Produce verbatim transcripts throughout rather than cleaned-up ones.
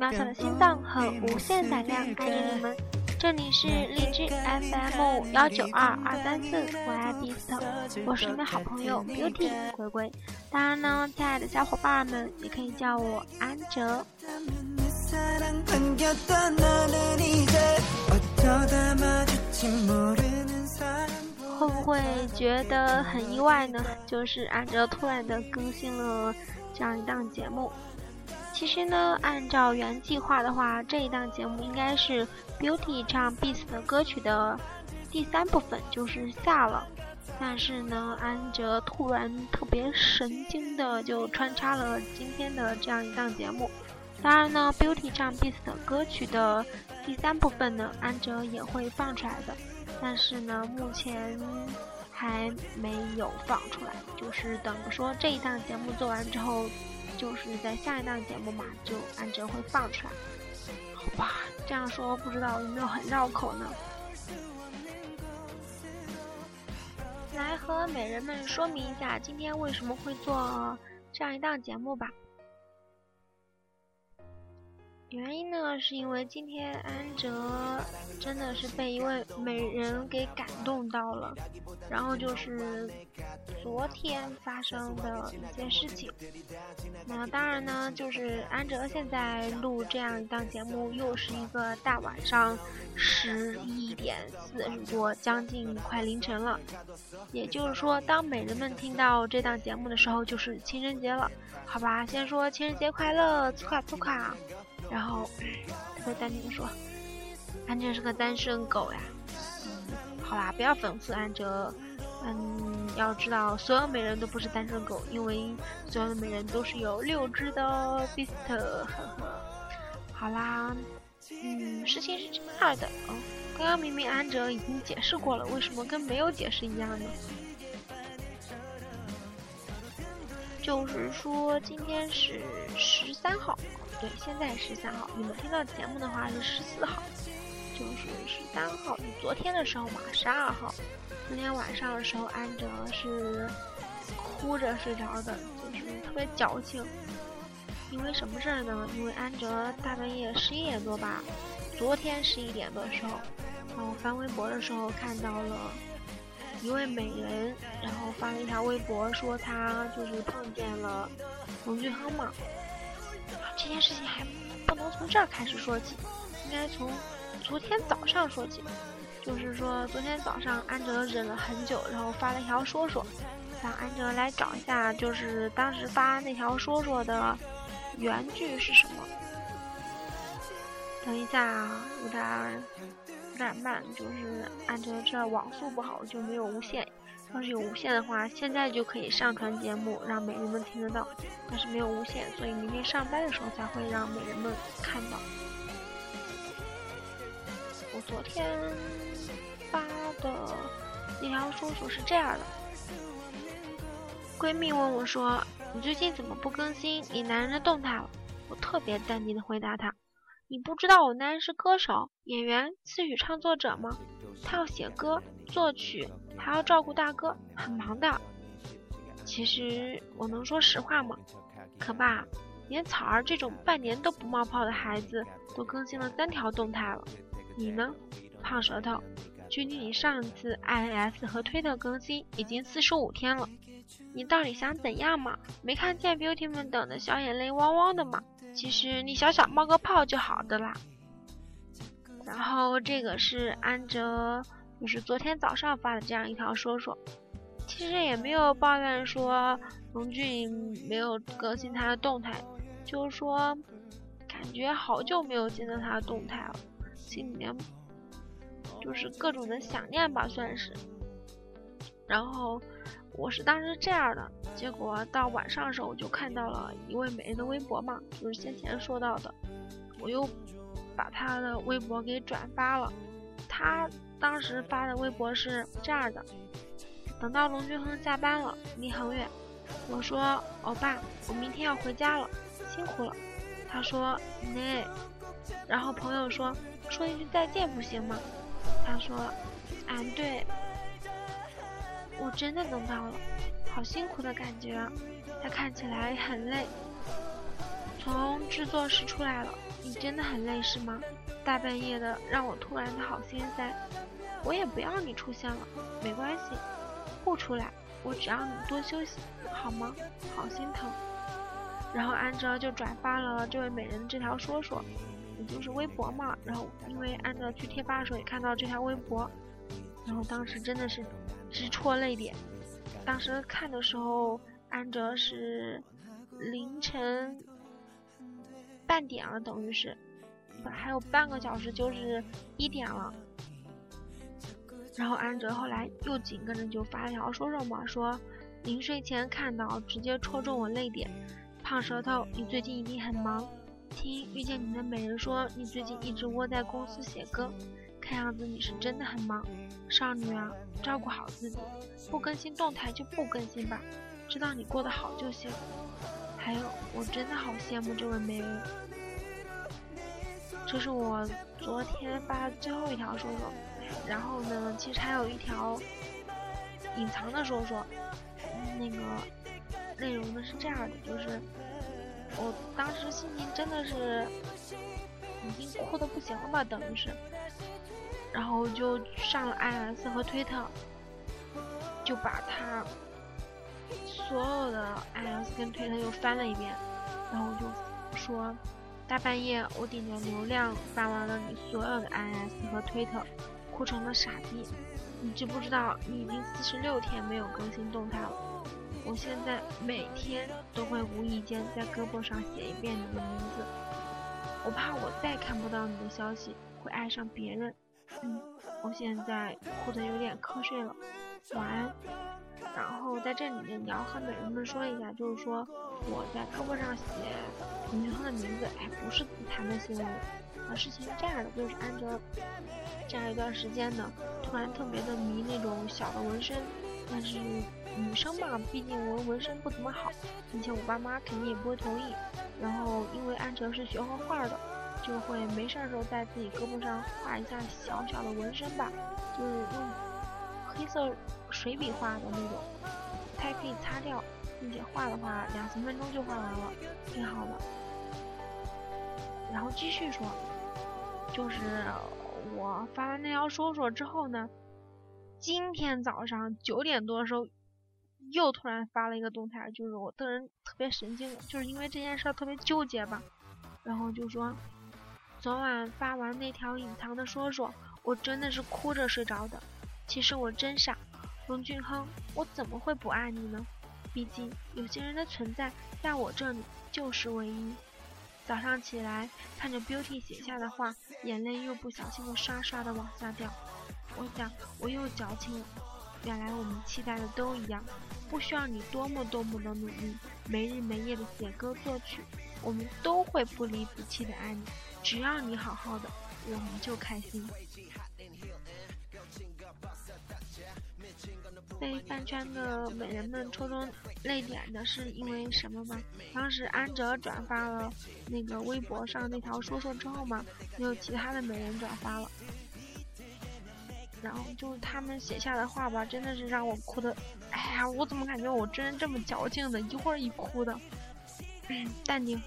渺小的心脏和无限胆量，爱着你们。这里是荔枝 F M 幺九二二三四，我爱 Beast， 我是你们好朋友 Beauty 龟龟。当然呢，亲爱的小伙伴们也可以叫我安哲。会不会觉得很意外呢？就是安哲突然的更新了这样一档节目。其实呢，按照原计划的话，这一档节目应该是 Beauty 唱 Beast 的歌曲的第三部分，就是下了。但是呢，安哲突然特别神经的就穿插了今天的这样一档节目。当然呢 ，Beauty 唱 Beast 的歌曲的第三部分呢，安哲也会放出来的。但是呢，目前还没有放出来，就是等说这一档节目做完之后，就是在下一档节目嘛，就安哲会放出来。好吧，这样说不知道有没有很绕口呢？来和美人们说明一下今天为什么会做这样一档节目吧。原因呢，是因为今天安哲真的是被一位美人给感动到了，然后就是昨天发生的一些事情。那当然呢，就是安哲现在录这样一档节目，又是一个大晚上十一点四十多，将近快凌晨了。也就是说，当美人们听到这档节目的时候，就是情人节了。好吧，先说情人节快乐，粗卡粗卡。然后特别淡定说，安哲是个单身狗呀。好啦，不要讽刺安哲。嗯，要知道所有美人都不是单身狗，因为所有的美人都是有六只的 Beast。 呵呵。好啦，嗯，事情是这样的哦，刚刚明明安哲已经解释过了，为什么跟没有解释一样呢？就是说今天是十三号，对，现在十三号，你们听到节目的话是十四号，就是十三号。你昨天的时候嘛，十二号，昨天晚上的时候，安哲是哭着睡着的，就是特别矫情。因为什么事儿呢？因为安哲大半夜十一点多吧，昨天十一点多的时候，然后翻微博的时候看到了一位美人，然后发了一条微博说他就是碰见了龙俊亨嘛。这件事情还不能从这儿开始说起，应该从昨天早上说起。就是说昨天早上安哲忍了很久，然后发了一条说说，让安哲来找一下，就是当时发那条说说的原句是什么。等一下啊，有点有点慢，就是按照这网速不好就没有无线，要是有无线的话现在就可以上传节目让美人们听得到，但是没有无线，所以明天上班的时候才会让美人们看到。我昨天发的那条说说是这样的，闺蜜问我说，你最近怎么不更新你男人的动态了？我特别淡定的回答他，你不知道我男人是歌手、演员、词曲创作者吗？他要写歌、作曲，还要照顾大哥，很忙的。其实我能说实话吗？可爸，连草儿这种半年都不冒泡的孩子都更新了三条动态了，你呢，胖舌头？距离你上次 I N S 和推特更新已经四十五天了，你到底想怎样嘛？没看见 Beauty 们等的小眼泪汪汪的吗？其实你小小冒个泡就好的啦。然后这个是安哲就是昨天早上发的这样一条说说，其实也没有抱怨说龙俊没有更新他的动态，就是说感觉好久没有见到他的动态了，心里面就是各种的想念吧算是。然后我是当时这样的，结果到晚上的时候我就看到了一位美人的微博嘛，就是先前说到的，我又把他的微博给转发了。他当时发的微博是这样的，等到龙俊亨下班了，离很远，我说欧巴，我明天要回家了，辛苦了。他说nee，然后朋友说说一句再见不行吗？他说啊对，我真的等到了，好辛苦的感觉，他看起来很累。 从制作室出来了，你真的很累是吗？大半夜的让我突然的好心塞，我也不要你出现了，没关系，不出来，我只要你多休息，好吗？好心疼。然后安哲就转发了这位美人的这条说说，也就是微博嘛。然后因为安哲去贴吧的时候也看到这条微博，然后当时真的是直戳泪点。当时看的时候，安哲是凌晨半点了，等于是还有半个小时就是一点了。然后安哲后来又紧跟着就发了条说说嘛，说临睡前看到直接戳中我泪点。胖舌头，你最近一定很忙。听遇见你的美人说你最近一直窝在公司写歌，看样子你是真的很忙。少女啊，照顾好自己，不更新动态就不更新吧，知道你过得好就行。还有，我真的好羡慕这位美人。这是我昨天发的最后一条说说，然后呢，其实还有一条隐藏的说说，那个内容呢是这样的，就是我当时心情真的是已经哭得不行了吧，等于是，然后就上了 I S 和推特，就把他所有的 I S 跟推特又翻了一遍，然后就说大半夜我顶着流量翻完了你所有的 I S 和推特，哭成了傻逼。你知不知道你已经四十六天没有更新动态了？我现在每天都会无意间在胳膊上写一遍你的名字，我怕我再看不到你的消息会爱上别人。嗯，我现在哭得有点瞌睡了，晚安。然后在这里面你要和美人们说一下，就是说我在胳膊上写女生的名字，哎，不是自残的行为。啊，事情是这样的，就是安哲这样一段时间呢，突然特别的迷那种小的纹身，但是女生嘛，毕竟纹纹身不怎么好，并且我爸妈肯定也不会同意。然后因为安哲是学画画的，就会没事的时候在自己胳膊上画一下小小的纹身吧，就是用黑色水笔画的那种，它也可以擦掉，并且画的话两三分钟就画完了，挺好的。然后继续说，就是我发完那条说说之后呢，今天早上九点多的时候又突然发了一个动态，就是我个人特别神经，就是因为这件事特别纠结吧。然后就说昨晚发完那条隐藏的说说，我真的是哭着睡着的。其实我真傻，龙俊亨，我怎么会不爱你呢？毕竟有些人的存在在我这里就是唯一。早上起来看着 Beauty 写下的话，眼泪又不小心的刷刷的往下掉。我想我又矫情了，原来我们期待的都一样，不需要你多么多么的努力，没日没夜的写歌作曲，我们都会不离不弃的爱你，只要你好好的，我们就开心。被饭圈的美人们戳中泪点的是因为什么吗？当时安哲转发了那个微博上那条说说之后嘛，也有其他的美人转发了，然后就是他们写下的话吧，真的是让我哭的，哎呀，我怎么感觉我真人这么矫情的，一会儿一哭的。嗯，淡定。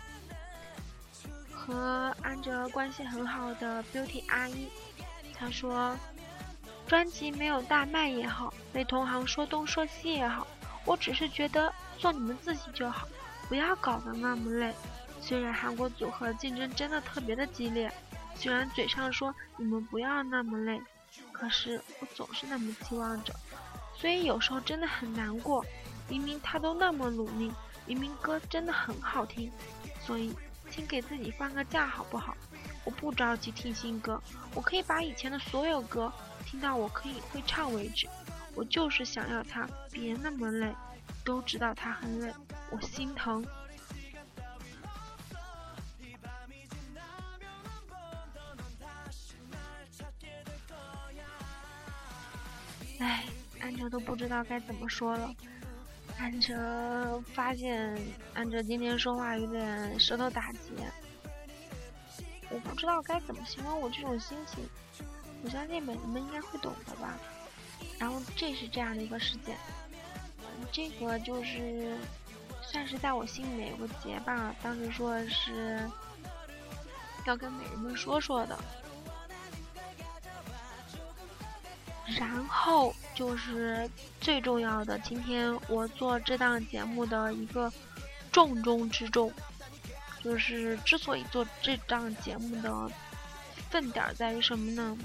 和安哲关系很好的 Beauty 阿姨，她说专辑没有大卖也好，被同行说东说西也好，我只是觉得做你们自己就好，不要搞得那么累。虽然韩国组合竞争真的特别的激烈，虽然嘴上说你们不要那么累，可是我总是那么期望着，所以有时候真的很难过。明明他都那么努力，明明歌真的很好听，所以请给自己放个假好不好？我不着急听新歌，我可以把以前的所有歌听到我可以会唱为止。我就是想要他别那么累，都知道他很累，我心疼。唉，安哲都不知道该怎么说了。安哲发现安哲今天说话有点舌头打结，我不知道该怎么形容我这种心情，我相信美人们应该会懂的吧。然后这是这样的一个事件，这个就是算是在我心里面有个结吧，当时说是要跟美人们说说的。然后就是最重要的，今天我做这档节目的一个重中之重，就是之所以做这档节目的分点在于什么呢？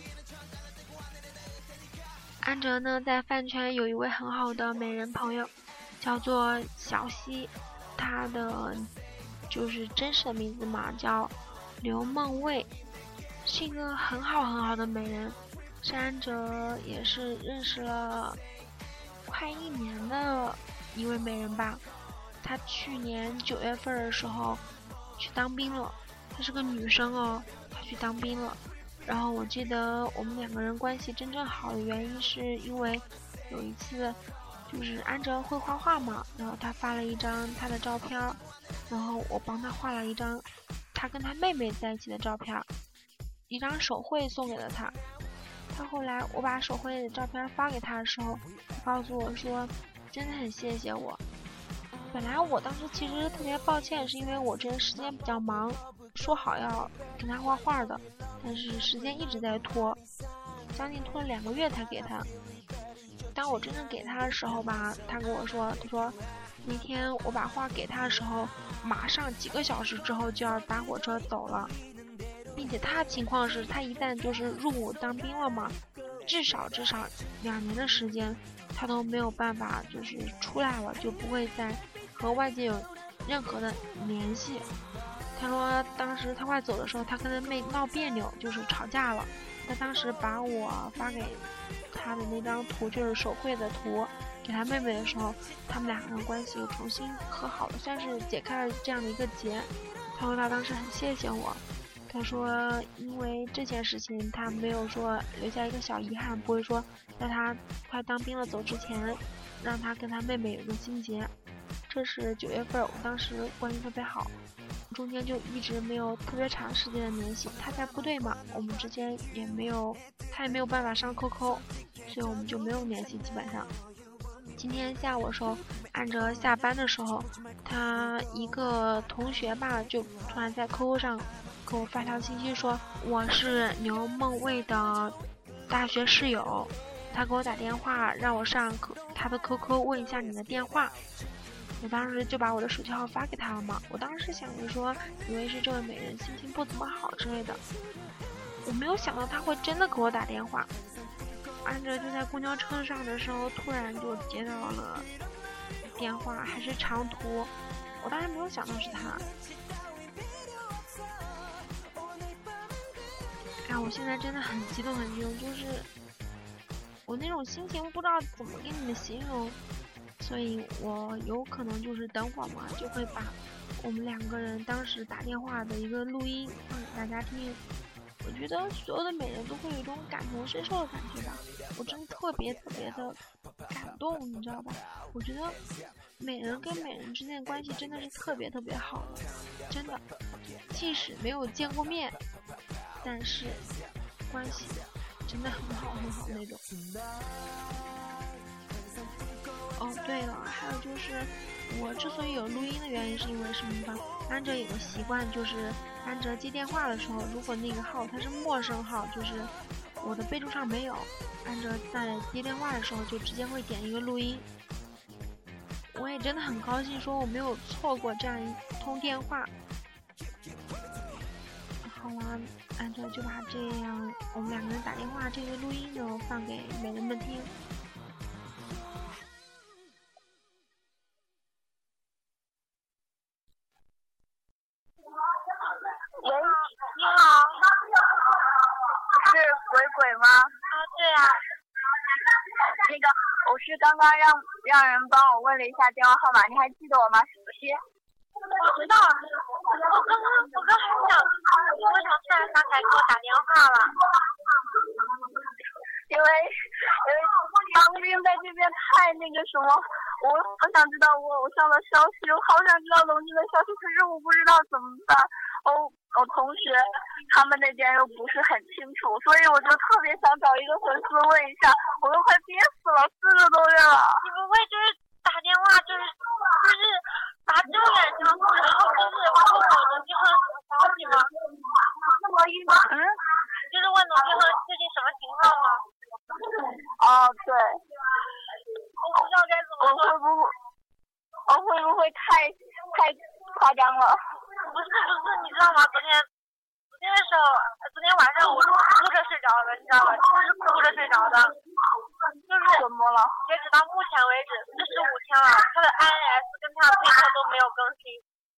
安哲呢，在饭圈有一位很好的美人朋友，叫做小西，她的就是真实的名字嘛，叫刘梦蔚，是一个很好很好的美人。是安哲也是认识了快一年的一位美人吧。她去年九月份的时候去当兵了，她是个女生哦，她去当兵了。然后我记得我们两个人关系真正好的原因是因为有一次就是安哲会画画嘛，然后他发了一张他的照片，然后我帮他画了一张他跟他妹妹在一起的照片，一张手绘送给了他。他后来我把手绘的照片发给他的时候，他告诉我说真的很谢谢我。本来我当时其实特别抱歉，是因为我这段时间比较忙，说好要跟他画画的，但是时间一直在拖，将近拖了两个月才给他。当我真正给他的时候吧，他跟我说，他说那天我把画给他的时候，马上几个小时之后就要搭火车走了，并且他的情况是他一旦就是入伍当兵了嘛，至少至少两年的时间他都没有办法就是出来了，就不会再和外界有任何的联系。他说当时他快走的时候，他跟他妹闹别扭，就是吵架了。他当时把我发给他的那张图，就是手绘的图给他妹妹的时候，他们两个人关系又重新和好了，算是解开了这样的一个结。他说他当时很谢谢我，他说因为这件事情他没有说留下一个小遗憾，不会说在他快当兵了走之前让他跟他妹妹有个心结。这是九月份，我当时关系特别好，中间就一直没有特别长时间的联系。他在部队嘛，我们之间也没有，他也没有办法上 Q Q， 所以我们就没有联系。基本上今天下午的时候，按着下班的时候，他一个同学吧就突然在 Q Q 上给我发条信息说我是刘梦蔚的大学室友，他给我打电话让我上他的 Q Q 问一下你的电话。我当时就把我的手机号发给他了嘛，我当时想着说以为是这位美人心情不怎么好之类的，我没有想到他会真的给我打电话。安哲就在公交车上的时候突然就接到了电话，还是长途，我当时没有想到是他。哎，我现在真的很激动很激动，就是我那种心情不知道怎么跟你们形容，所以我有可能就是等会儿嘛就会把我们两个人当时打电话的一个录音放给大家听。我觉得所有的美人都会有一种感同身受的感觉吧，我真的特别特别的感动，你知道吧？我觉得美人跟美人之间的关系真的是特别特别好的，真的，即使没有见过面，但是关系真的很好很好那种。哦，对了，还有就是我之所以有录音的原因是因为什么吧？安哲有个习惯，就是安哲接电话的时候，如果那个号它是陌生号，就是我的备注上没有，安哲在接电话的时候就直接会点一个录音。我也真的很高兴说我没有错过这样一通电话。好啦，安哲就把这样我们两个人打电话这个录音呢放给美人们听。 喂，你好，是鬼鬼吗？ 啊，对啊。 那个，我是刚刚让让人帮我问了一下电话号码，你还记得我吗？小西。 我知道，我刚刚我刚还想，我想突然想起来给我打电话了。 因为因为当兵在这边太那个什么，我好想知道我偶像的消息，我好想知道龙俊的消息，可是我不知道怎么办。我我同学他们那边又不是很清楚，所以我就特别想找一个粉丝问一下，我都快憋死了，四个多月了。 你不会就是打电话就是就是会不会我会不会太太夸张了？ 不是不是，你知道吗？昨天昨天的时候，昨天晚上我是哭着睡着的，你知道吗？就是哭着睡着的。就是怎么了？ 截止到目前为止四十五天了，他的 I N S 跟他的推特都没有更新。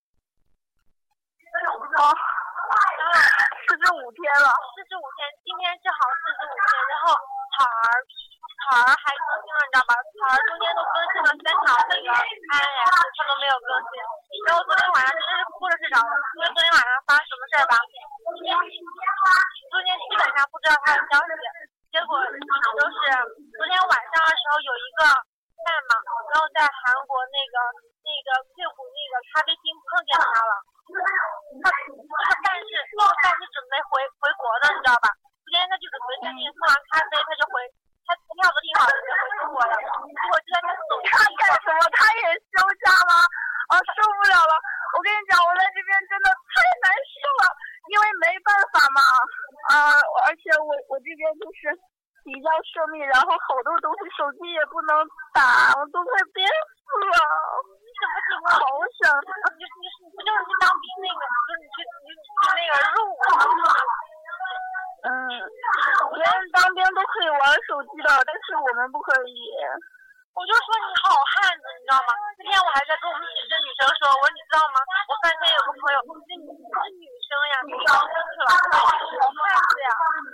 哦，四十五天了。 四十五天，今天正好四十五天，然后草儿草儿还更新了，你知道吧？草儿中间都更新了三条那个 I N S， 他都没有更新。然后昨天晚上真是哭着睡着了，因为昨天晚上发生什么事儿吧？中间基本上不知道他的消息。结果就是昨天晚上的时候有一个饭嘛，然后在韩国那个那个硅谷那个咖啡厅碰见他了。他他但是他但是准备回回国的，你知道吧？今天他就准备最近喝完咖啡他就回，他票都订好准备回中国了。结果就在他走他干什么？他也休假吗？啊，受不了了！我跟你讲，我在这边真的太难受了，因为没办法嘛。啊，而且我我这边就是比较涉密，然后好多东西手机也不能打，我都快憋死了。 什么情况？ 好想， 你你你不就是去当兵那个？就是你去你你去那个入伍吗？ 嗯，别人当兵都可以玩手机的，但是我们不可以。 我就说你好汉子，你知道吗？那天我还在跟我们寝室女生说，我说你知道吗？我饭店有个朋友，那女是女生呀，你当兵去了，好汉子呀。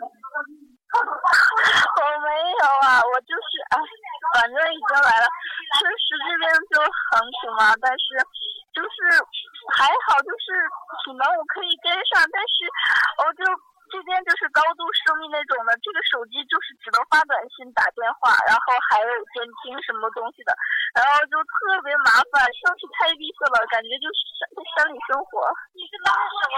我没有啊，我就是哎，反正已经来了。确实这边就很苦嘛，但是就是还好，就是体能我可以跟上，但是我就这边就是高度涉密那种的，这个手机就是只能发短信、打电话，然后还有监听什么东西的，然后就特别麻烦，上去太闭塞了，感觉就是在山里生活。 你是当什么？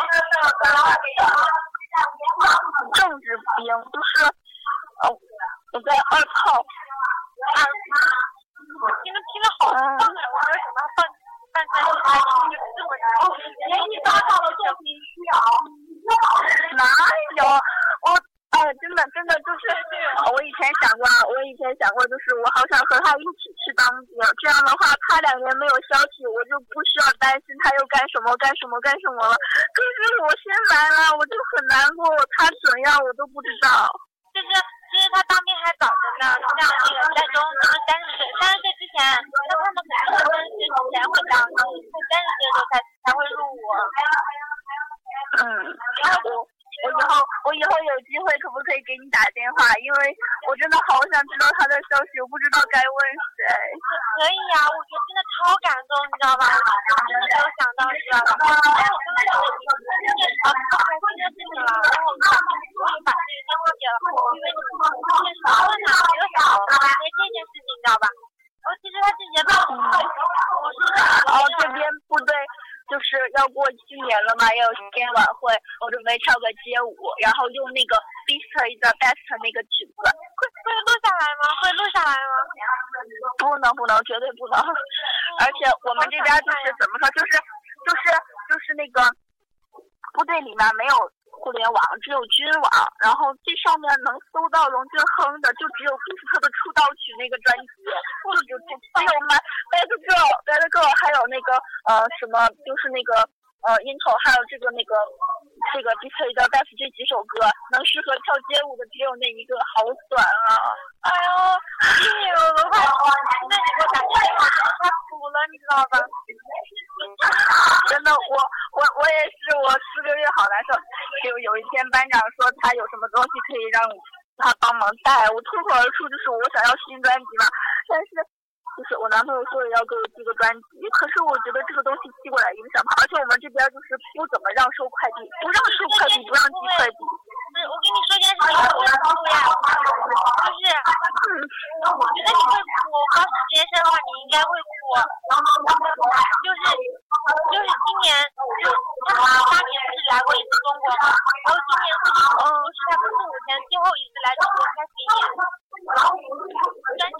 政治兵，就是呃我在二炮。 二听着听着好棒啊！我说什么半半天还就这么着？连你抓到了做必须啊！ 哪有我？哎，真的真的就是，我以前想过，我以前想过，就是我好想和他一起去当兵，这样的话，他两年没有消息，我就不需要担心他又干什么干什么干什么了。可是我先来了，我就很难过，他怎样我都不知道。 就是其实他当兵还早着呢，像那个在中就是三十岁，三十岁之前，那他们肯定是三十岁之前会当，三十岁的时候才才会入伍。 嗯，我。我以后我以后有机会可不可以给你打电话？因为我真的好想知道他的消息，我不知道该问谁。 可以呀、啊，我觉得真的超感动，你知道吧？我真的没有想到，知道吧？然后我刚才就真的啊，不开心的事情了，然后我就我就把这个电话给了，因为你们确实问他没有想到因为这件事情，你知道吧？然后其实他自己也不懂，我是然后这边部队。就是要过新年了嘛，也有新年晚会，我准备跳个街舞，然后用那个 Beast is the best 那个曲子。 会会录下来吗？会录下来吗？ 不能不能，绝对不能。而且我们这边就是怎么说，就是就是就是那个部队里面没有互联网，只有军网，然后这上面能搜到龙俊亨的就只有 Beast 的出道曲那个专辑，就就只有买 Bad Girl Bad Girl 还有那个呃什么就是那个呃 intro 还有这个那个这个 Beast is the best 这几首歌能适合跳街舞的只有那一个，好短啊！ 哎呦，听你我都快哭了，那你给我打电话，快哭了，你知道吧？ 真的，我我我也是，我四个月好难受。就有一天班长说他有什么东西可以让他帮忙带，我脱口而出就是我想要新专辑嘛，但是就是我男朋友说也要给我寄个专辑，可是我觉得这个东西寄过来影响他，而且我们这边就是不怎么让收快递，不让收快递，不让寄快递。 是我跟你说件事情，我要哭呀，就是，我觉得你会哭，我告诉你这件事的话，你应该会哭，就是就是今年就他当年不是来过一次中国吗？然后今年四十五是他四十五天最后一次来中国开巡演，专场。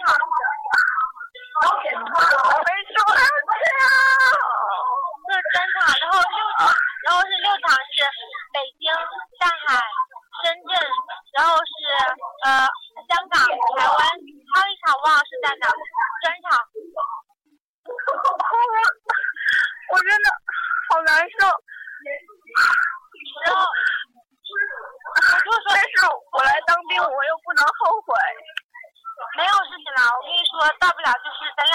为什么要这样？ 就是专场，然后六场，然后是六场是北京、上海、深圳，然后是呃香港、台湾，还有一场忘了是在哪，专场。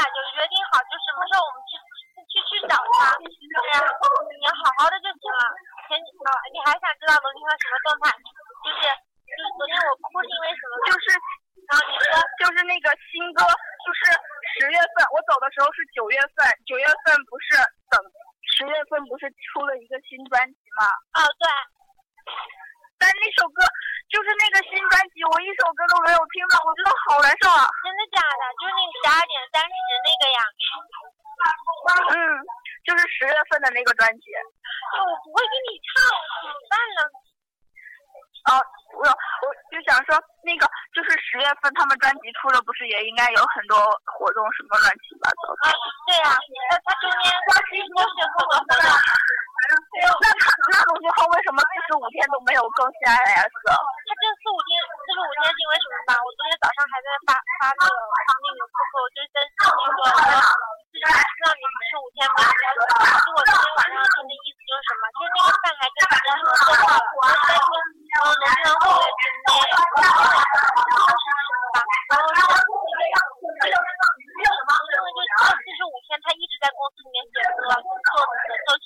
俩就约定好，就什么时候我们去去去找他，就是你好好的就行了。前啊，你还想知道龙金和什么动态？就是就是昨天我哭是因为什么？ 就是然后你说就是那个新歌，就是十月份我走的时候是九月份，九月份不是等十月份不是出了一个新专辑吗？ 哦对。 但那首歌就是那个新专辑，我一首歌都没有听到，我觉得好难受啊！ 真的假的？就是那个十二点三十那个呀？ 嗯，就是十月份的那个专辑。 我不会给你唱，怎么办呢？ 哦，我我就想说，那个就是十月份他们专辑出了，不是也应该有很多活动什么乱七八糟的？ 啊，对呀、啊，他他中间都是很多活动。 那他那龙俊浩为什么四十五天都没有更新 I S？ 他这四五天四十五天是因为什么吧？我昨天早上还在发发那个那个 Q Q， 就是在那个就是让你四十五天没有消息。就我昨天晚上听的意思就是什么？就是那个饭还跟别人说说话了，我在说，然后龙俊浩会真的，然后是什么吧？然后是因为就这四十五天他一直在公司里面写歌、作词、作曲。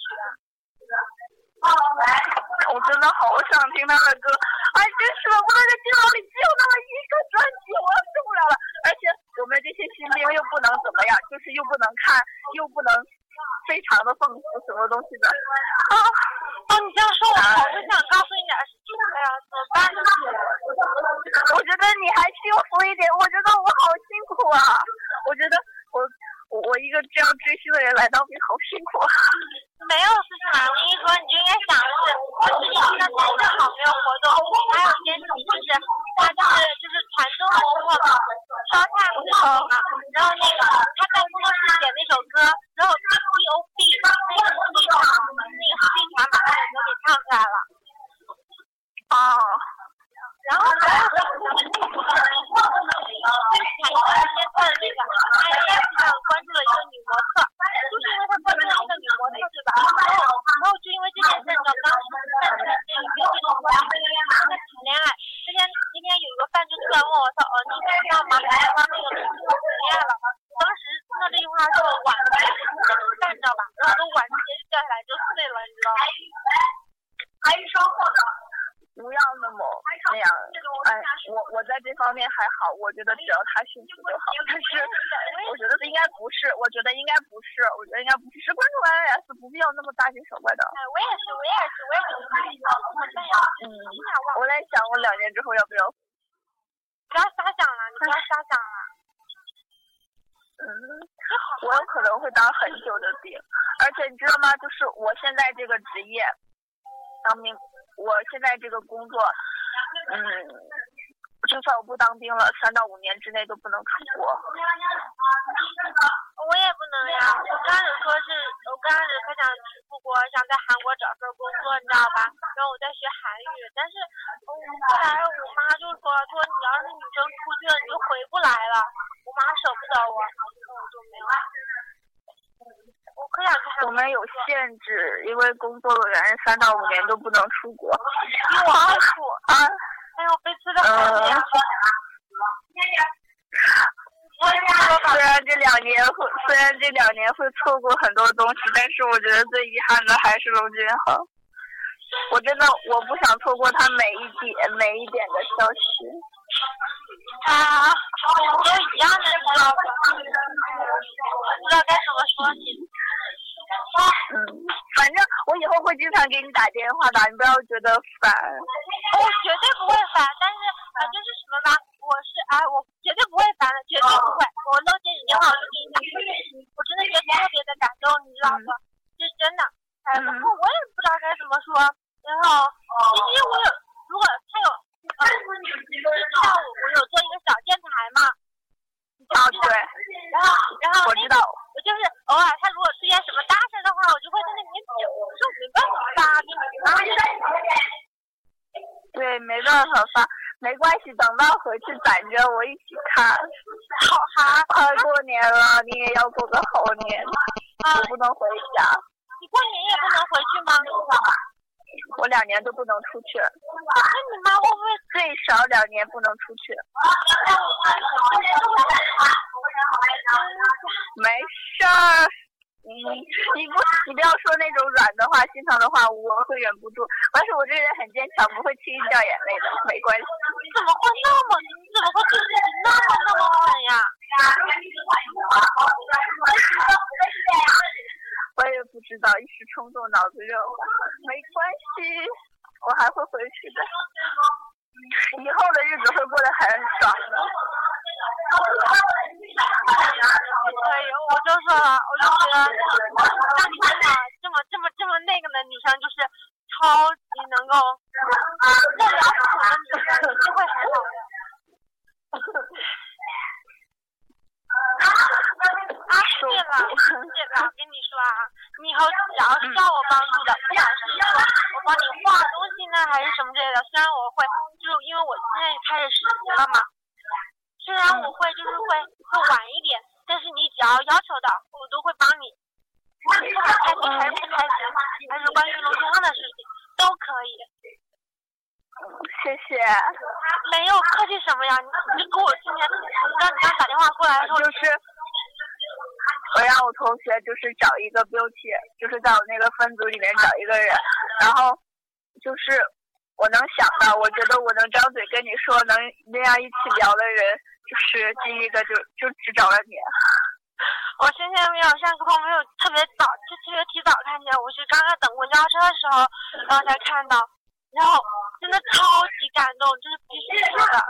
我真的好想听他的歌，哎，真舍不得这电脑里只有那么一个专辑，我要受不了了。而且我们这些新兵又不能怎么样，就是又不能看，又不能非常的讽刺什么东西的。啊哦，你这样说我好不想告诉你点事情，哎呀，怎么办呢？ 我觉得你还幸福一点，我觉得我好辛苦啊！我觉得我我我一个这样追星的人来当兵好辛苦啊！ 没有事情嘛，我跟你说，你就应该想的是，我最近听到他正好没有活动，还有一件事情就是他就是就是团综的时候烧菜不是什么，然后那个他在工作室写那首歌，然后 D O B 那个那个那个戏团把他的歌给唱出来了。 哦。 然后还有个就是前一段时间在那个 I F 上关注了一个女模特，就是因为他关注了一个女模特，对吧？然后然后就因为这件事，你知道当时在那个那个约会的关系在谈恋爱。那天那天有一个饭就突然问我说，哦，你知道吗？他那个女生谈恋爱了。当时听到这句话之后，碗直接饭你知道吧？然后都碗直接就掉下来就碎了，你知道吗？ 还是稍后的。不要那么那样，哎，我我在这方面还好，我觉得只要他幸福就好。但是我觉得应该不是，我觉得应该不是，我觉得应该不是。是关注 I S 不必要那么大惊小怪的。 哎，我也是，我也是，我也是。 嗯，我在想，我两年之后要不要？ 不要瞎想了，你不要瞎想了。 嗯，我有可能会当很久的兵，而且你知道吗？就是我现在这个职业，当兵。我现在这个工作，嗯，就算我不当兵了，三到五年之内都不能出国。 我也不能呀，我刚开始说是，我刚开始可想去出国，想在韩国找份工作，你知道吧？然后我在学韩语，但是，嗯，后来我妈就说，说你要是女生出去了，你就回不来了。我妈舍不得我，然后我就没有。我可想去韩国。 我们有限制，因为工作的原因，三到五年都不能出国。 比我还苦啊！哎呦，被吃的好呀！ 虽然这两年会，虽然这两年会错过很多东西，但是我觉得最遗憾的还是龙俊浩。我真的我不想错过他每一点每一点的消息。 啊，我都一样的，你知道吧？不知道该怎么说你。 嗯，反正我以后会经常给你打电话的，你不要觉得烦。 我绝对不会烦，但是啊，就是什么吧，我是哎，我绝对不会烦的，绝对不会。我搂接你电话，我就给你打，我真的觉得特别的感动，你知道吗？是真的。哎，然后我也不知道该怎么说。然后其实我有，如果他有，呃，就是下午我有做一个小电台嘛。 啊，对。 然后，然后我知道。 我就是偶尔他如果出现什么大事的话，我就会在那里面讲，可是我没办法发给你发。 对，没办法发，没关系，等到回去攒着我一起看。 好哈， 快过年了，你也要过个好年。 啊、 我不能回家。 你过年也不能回去吗？ 我两年都不能出去。 那你妈会不会最少两年不能出去？ 没事儿。嗯，你不你不要说那种软的话、心疼的话，我会忍不住。但是我这个人很坚强，不会轻易掉眼泪的，没关系。 你怎么会那么？你怎么会对自己那么那么狠呀？ 我也不知道，一时冲动，脑子热了。没关系，我还会回去的。以后的日子会过得很爽的。 哎呦，我就说了，我就觉得像你这么这么这么这么那个的女生，就是超级能够受了苦的女生，一定会很好的。啊，对了，对了，我跟你说啊，你以后只要是叫我帮助的，不管是说我帮你画东西呢，还是什么之类的，虽然我会，就因为我现在也开始实习了嘛，虽然我会就是会会晚一点，但是你只要要求的，我都会帮你。不管开心还是不开心，还是关于龙卷风的事情，都可以。 谢谢。 没有客气什么呀，你你就给我今天，你知道你刚打电话过来的时候， 就是我让我同学就是找一个 beauty， 就是在我那个分组里面找一个人，然后就是我能想到，我觉得我能张嘴跟你说能那样一起聊的人，就是第一个就就只找了你。 我今天没有上课，没有特别早，就特别提早看见，我是刚刚等公交车的时候，然后才看到，然后真的超级感动，这是必须说的。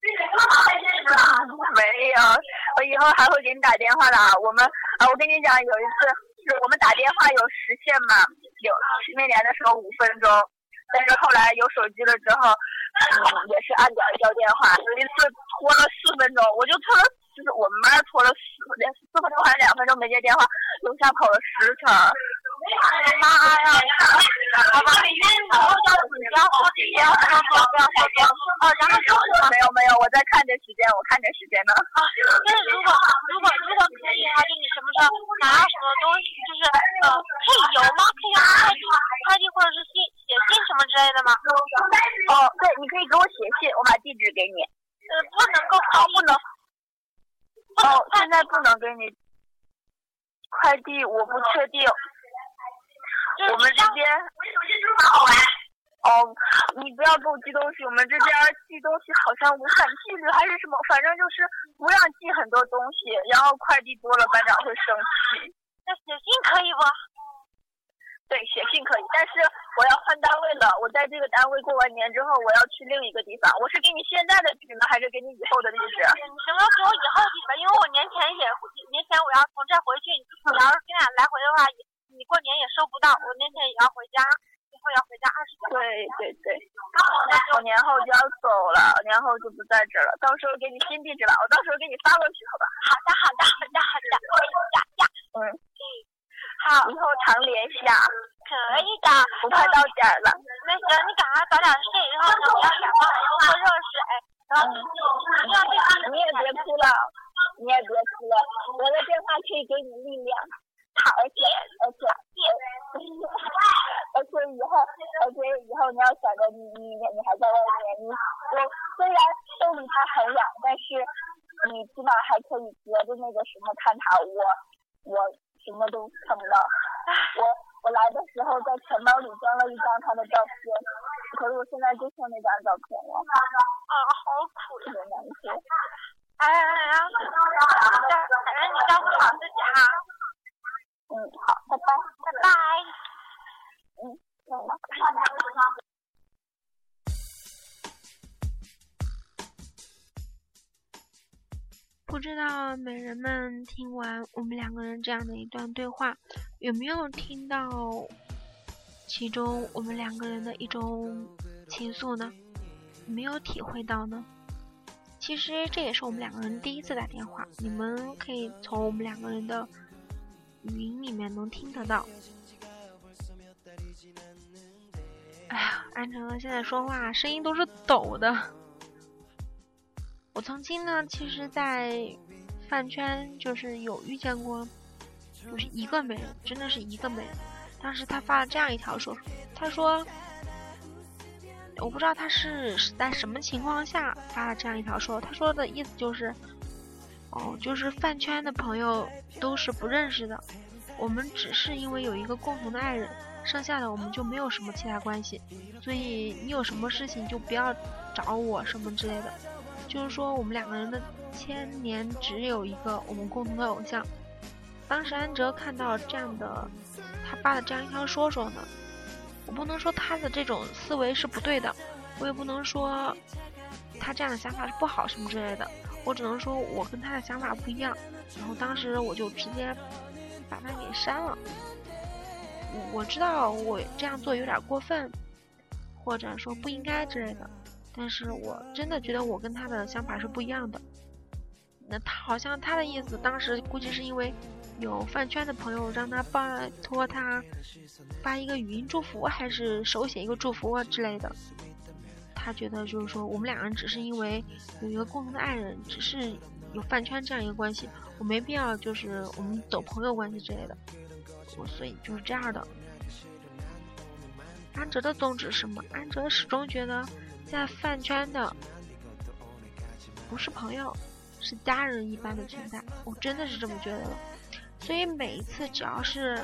没有，我以后还会给你打电话的啊。我们啊，我跟你讲，有一次就是我们打电话有时限嘛，有那年的时候五分钟，但是后来有手机了之后，嗯，也是按点交电话。有一次拖了四分钟，我就拖了，就是我们班拖了四连四分钟还是两分钟没接电话，楼下跑了十圈。 妈呀！好吧，以后叫不要说不要说说不要说说哦，然后就是没有没有，我在看着时间，我看着时间呢。 啊，但是如果如果如果可以的话，就你什么时候拿到什么东西，就是呃，可以邮吗？可以用快递快递或者是信写信什么之类的吗？ 哦，对，你可以给我写信，我把地址给你。 呃，不能够哦，不能。哦，现在不能给你快递，我不确定。我们这边，哦，你不要给我寄东西，我们这边寄东西好像违反纪律还是什么，反正就是不让寄很多东西，然后快递多了班长会生气。 那写信可以不？ 对，写信可以，但是我要换单位了，我在这个单位过完年之后，我要去另一个地方。我是给你现在的地址呢，还是给你以后的地址？ 你什么时候给我以后地址吧，因为我年前也年前我要从这回去，你要是跟俺来回的话，你过年也收不到，我年前也要回家，以后要回家二十九。 对对对，我年后就要走了，年后就不在这儿了，到时候给你新地址吧，我到时候给你发过去，好吧？ 好的好的好的好的，呀呀， 嗯， 好， 以后常联系啊。 可以的， 不快到点儿了。 那行，你赶快早点睡，然后呢，不要感冒，多喝热水，然后一定要对自己。 你也别哭了，你也别哭了，我的电话可以给你力量。而且而且而且以后而且以后你要想着你你你还在外面，你我虽然都离他很远，但是你起码还可以隔着那个什么看他，我我什么都看不到。我我来的时候在钱包里装了一张他的照片，可是我现在就剩那张照片了。 啊，好苦呀，难过。 哎呀哎呀，反正你照顾好自己哈。 嗯，好，拜拜， 拜拜。 嗯，走了。 不知道美人们听完我们两个人这样的一段对话，有没有听到其中我们两个人的一种情愫呢？有没有体会到呢？其实这也是我们两个人第一次打电话，你们可以从我们两个人的语音里面能听得到。哎呀，安成现在说话声音都是抖的。我曾经呢，其实在饭圈就是有遇见过，就是一个美人，真的是一个美人。当时他发了这样一条说，他说，我不知道他是是在什么情况下发了这样一条说，他说的意思就是， 哦，就是饭圈的朋友都是不认识的，我们只是因为有一个共同的爱人，剩下的我们就没有什么其他关系，所以你有什么事情就不要找我什么之类的。就是说我们两个人的牵连只有一个我们共同的偶像。当时安哲看到这样的他发的这样一条说说呢，我不能说他的这种思维是不对的，我也不能说他这样的想法是不好什么之类的，我只能说我跟他的想法不一样。然后当时我就直接把他给删了。我知道我这样做有点过分，或者说不应该之类的，但是我真的觉得我跟他的想法是不一样的。那他好像他的意思当时估计是因为有饭圈的朋友让他拜托他发一个语音祝福，还是手写一个祝福之类的。他觉得就是说我们两个人只是因为有一个共同的爱人，只是有饭圈这样一个关系，我没必要就是我们走朋友关系之类的。所以就是这样的。安哲的宗旨是什么？安哲始终觉得在饭圈的不是朋友，是家人一般的存在，我真的是这么觉得的。所以每一次只要是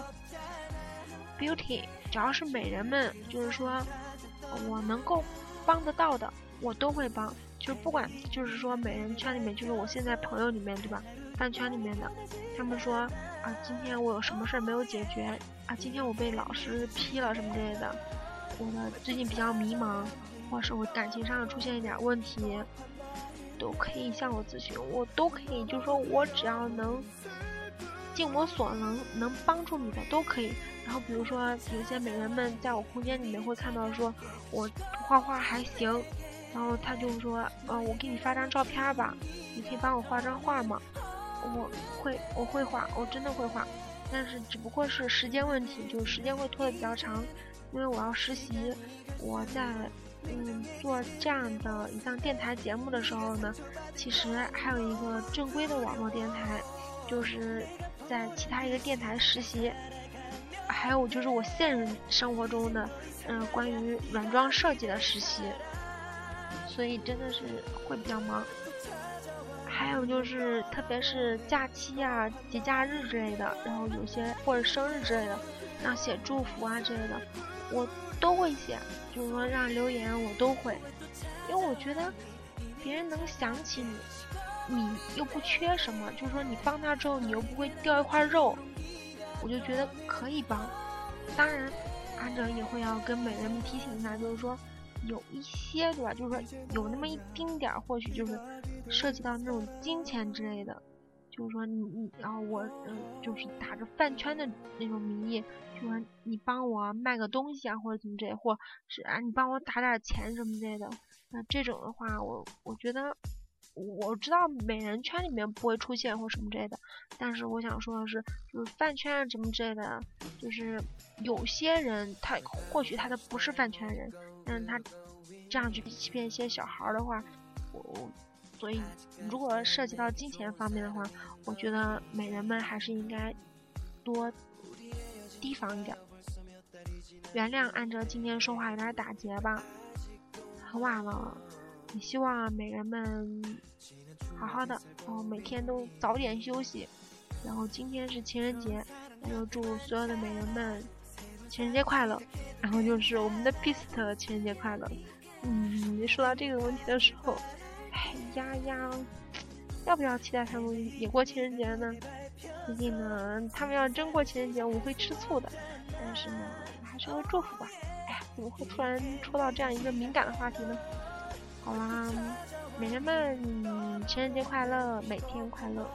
beauty， 只要是美人们，就是说我能够帮得到的我都会帮，就是不管就是说美人圈里面，就是我现在朋友里面对吧，饭圈里面的，他们说啊今天我有什么事没有解决啊，今天我被老师批了什么之类的，我的最近比较迷茫，或是我感情上出现一点问题，都可以向我咨询，我都可以，就是说我只要能尽我所能能帮助你的都可以。然后比如说有些美人们在我空间里面会看到说我画画还行，然后他就说呃我给你发张照片吧，你可以帮我画张画吗？我会我会画，我真的会画，但是只不过是时间问题，就是时间会拖得比较长，因为我要实习，我在嗯做这样的一档电台节目的时候呢，其实还有一个正规的网络电台，就是在其他一个电台实习，还有就是我现实生活中的嗯、呃、关于软装设计的实习，所以真的是会比较忙。还有就是特别是假期啊节假日之类的，然后有些或者生日之类的让写祝福啊之类的我都会写，就是说让留言我都会，因为我觉得别人能想起你，你又不缺什么，就是说你帮他之后你又不会掉一块肉，我就觉得可以帮。当然安哲也会要跟美人们提醒一下，就是说有一些对吧，就是说有那么一丁点儿或许就是涉及到那种金钱之类的，就是说你你然后我嗯、呃、就是打着饭圈的那种名义，就说你帮我卖个东西啊或者怎么之类，或是啊你帮我打点钱什么之类的，那这种的话我我觉得我知道美人圈里面不会出现或什么之类的，但是我想说的是就是饭圈啊什么之类的，就是有些人他或许他的不是饭圈人，但是他这样去欺骗一些小孩的话，我所以如果涉及到金钱方面的话，我觉得美人们还是应该多提防一点。原谅按照今天说话有点打结吧，很晚了，也希望美人们好好的，然后每天都早点休息。然后今天是情人节，那就祝所有的美人们情人节快乐。然后就是我们的 Beast 情人节快乐。嗯，说到这个问题的时候，哎呀呀，要不要期待他们也过情人节呢？毕竟呢，他们要真过情人节，我会吃醋的。但是呢，还是会祝福吧。哎呀，怎么会突然戳到这样一个敏感的话题呢？好啦，美人们，情人节快乐，每天快乐。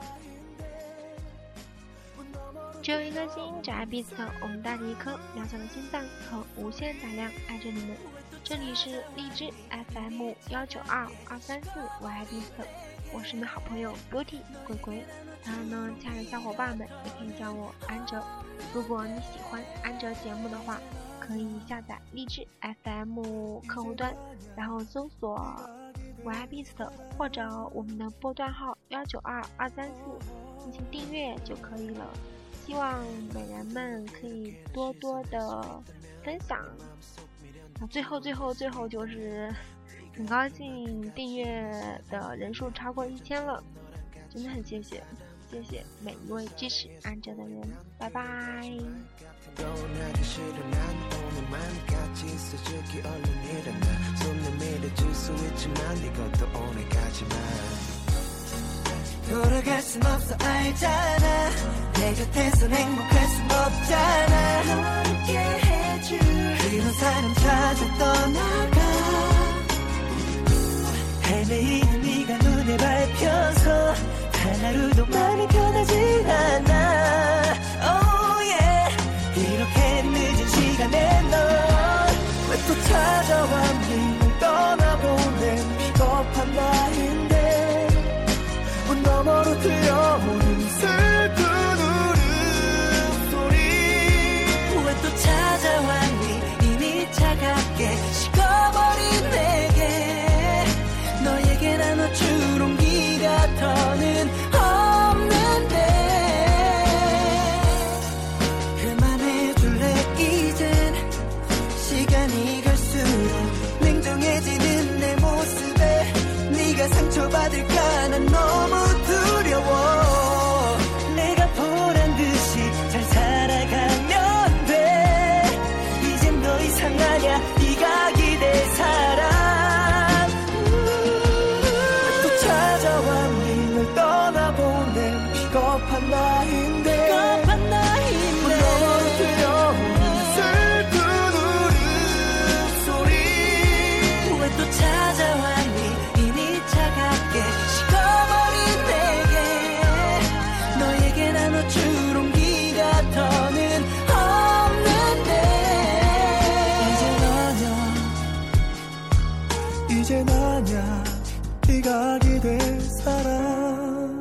只有一颗心，只爱彼此，我们带着一颗渺小的心脏和无限胆量爱着你们。这里是荔枝 F M 幺九二二三四，我爱彼此，我是你的好朋友 Beauty 鬼鬼。当然呢，亲爱的小伙伴们也可以叫我安哲。如果你喜欢安哲节目的话，可以下载荔枝 F M 客户端，然后搜索我爱彼此，或者我们的波段号幺九二二三四进行订阅就可以了。希望美人们可以多多的分享。最后最后最后就是很高兴订阅的人数超过一千了， 真的很谢谢，谢谢每一位支持安哲的人，拜拜。 헤매이는 네가 눈에 밟혀서 하나로도 마음이 편하지 않아 oh yeah 이렇게 늦은 시간에 넌 왜 또 찾아왔니 날 떠나보낸 비겁한 나인데 문 너머로 들려오는 슬픈 울음소리 왜 또 찾아왔니 이미 차갑게 식어버린 내게 너에게 나눠 주롱기가 더는 없는데 그만해줄래 이젠 시간이 갈수록 냉정해지는 내 모습에 네가 상처받을까 난 너무 두려워 내가 보란듯이 잘 살아가면 돼 이젠 더 이상 아냐 네가 기댈 사람 떠나보낸 비겁한 나인데 비겁한 나인데 너무 들려오는 슬픈 울음소리 왜 또 찾아왔니 이미 차갑게 식어버린 내게 너에게 나눠 주롱기가 더는 없는데 이제 나냐 이제 나냐 네가 기댈 사람